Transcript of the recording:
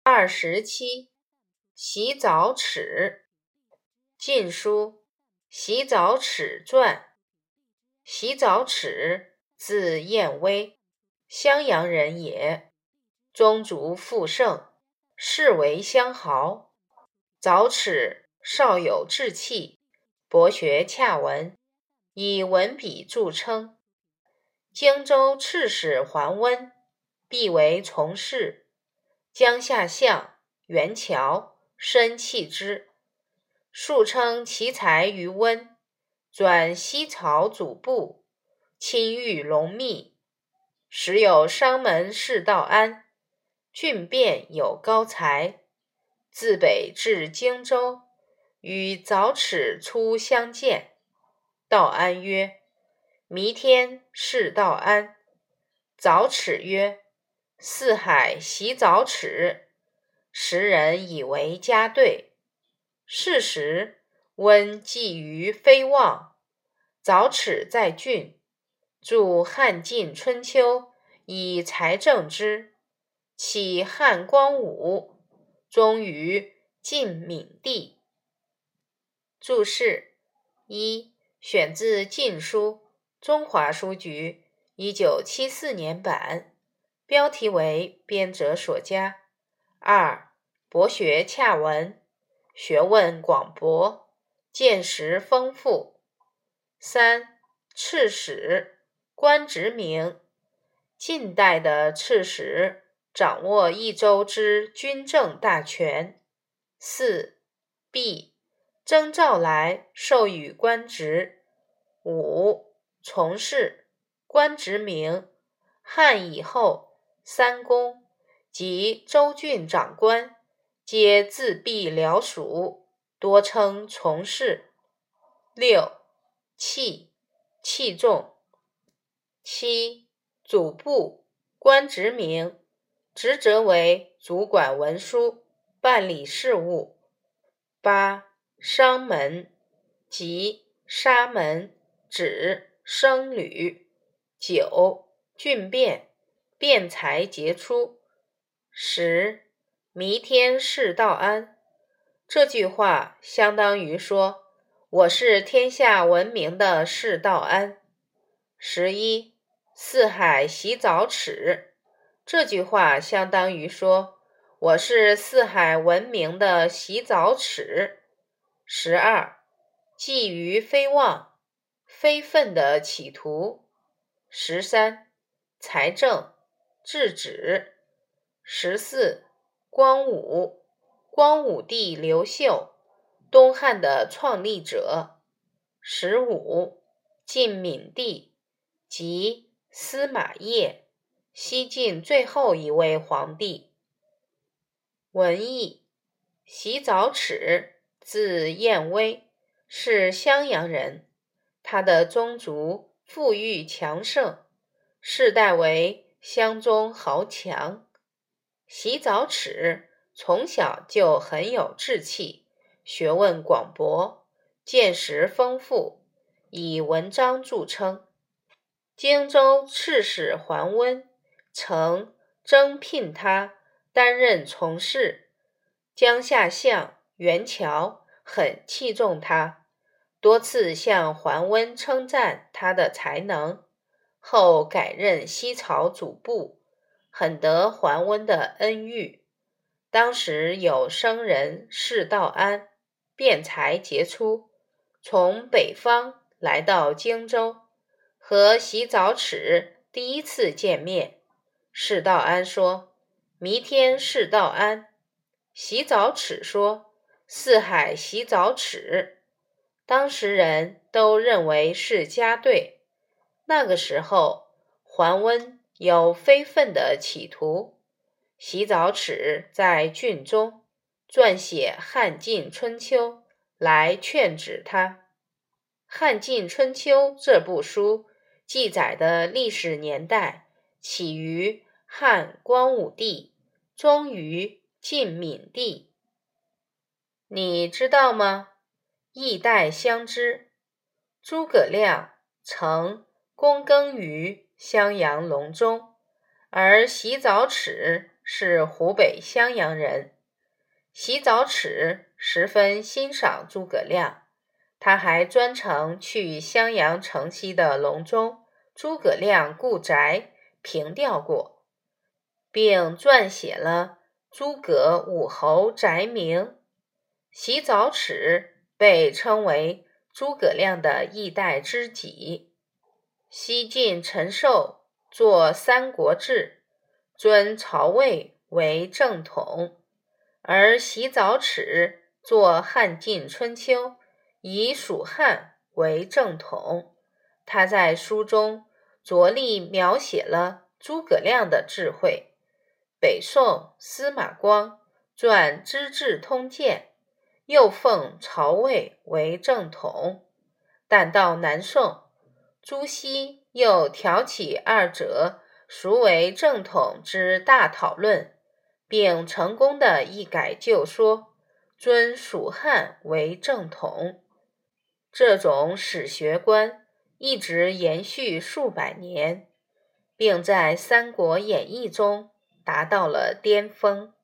27洗澡尺。晋书洗澡尺传。洗澡尺字彦威，襄阳人也。宗族富盛，世为乡豪。早齿少有志气，博学洽文，以文笔著称。荆州刺史桓温必为从事，江夏相袁乔深弃之，数称其才于温，转西曹祖部，亲遇龙密。时有商门士道安，俊辩有高才，自北至荆州，与早齿初相见。道安曰：弥天是道安。早齿曰：四海洗澡尺。时人以为家对。是时温寄于非望，早齿在郡，著汉晋春秋以裁正之，起汉光武，终于晋闵帝。注释一，选自《晋书》，中华书局1974年版，标题为编者所加。二，博学洽文，学问广博，见识丰富。三，刺史，官职名，近代的刺史掌握一州之军政大权。四，弼，征召来授予官职。五，从事，官职名，汉以后三公及州郡长官皆自闭僚属，多称从事。六，器，器重。七，祖部，官职名，职责为主管文书，办理事务。八，商门，即沙门，指僧侣。九，俊辩，辩才杰出。十，弥天是道安。这句话相当于说，我是天下闻名的是道安。11，四海洗澡尺。这句话相当于说，我是四海闻名的洗澡尺。12，寄于非望，非分的企图。13，裁正，制止。14，光武，光武帝刘秀，东汉的创立者。15，晋闵帝，即司马邺，西晋最后一位皇帝。文艺，洗澡尺，字彦威，是襄阳人。他的宗族富裕强盛，世代为乡中豪强。洗澡尺从小就很有志气，学问广博，见识丰富，以文章著称。荆州刺史桓温曾征聘他担任从事，江夏相袁乔很器重他，多次向桓温称赞他的才能，后改任西曹祖部，很得桓温的恩誉。当时有僧人士道安，辩才杰出，从北方来到荆州，和洗澡尺第一次见面。士道安说：弥天是道安。洗澡尺说：四海洗澡尺。当时人都认为是家对。那个时候桓温有非分的企图，洗澡尺在郡中撰写《汉晋春秋》来劝止他。《汉晋春秋》这部书记载的历史年代起于汉光武帝，终于晋闵帝。你知道吗？易代相知。诸葛亮曾躬耕于襄阳隆中，而洗澡尺是湖北襄阳人。洗澡尺十分欣赏诸葛亮，他还专程去襄阳城西的隆中、诸葛亮故宅凭吊过，并撰写了《诸葛武侯宅铭》。洗澡尺被称为诸葛亮的一代知己。西晋陈寿作《三国志》，尊曹魏为正统，而洗澡尺作《汉晋春秋》，以蜀汉为正统。他在书中着力描写了诸葛亮的智慧。北宋司马光撰《资治通鉴》，又奉曹魏为正统。但到南宋，朱熹又挑起二者孰为正统之大讨论，并成功地一改旧说，尊蜀汉为正统。这种史学观一直延续数百年，并在《三国演义》中达到了巅峰。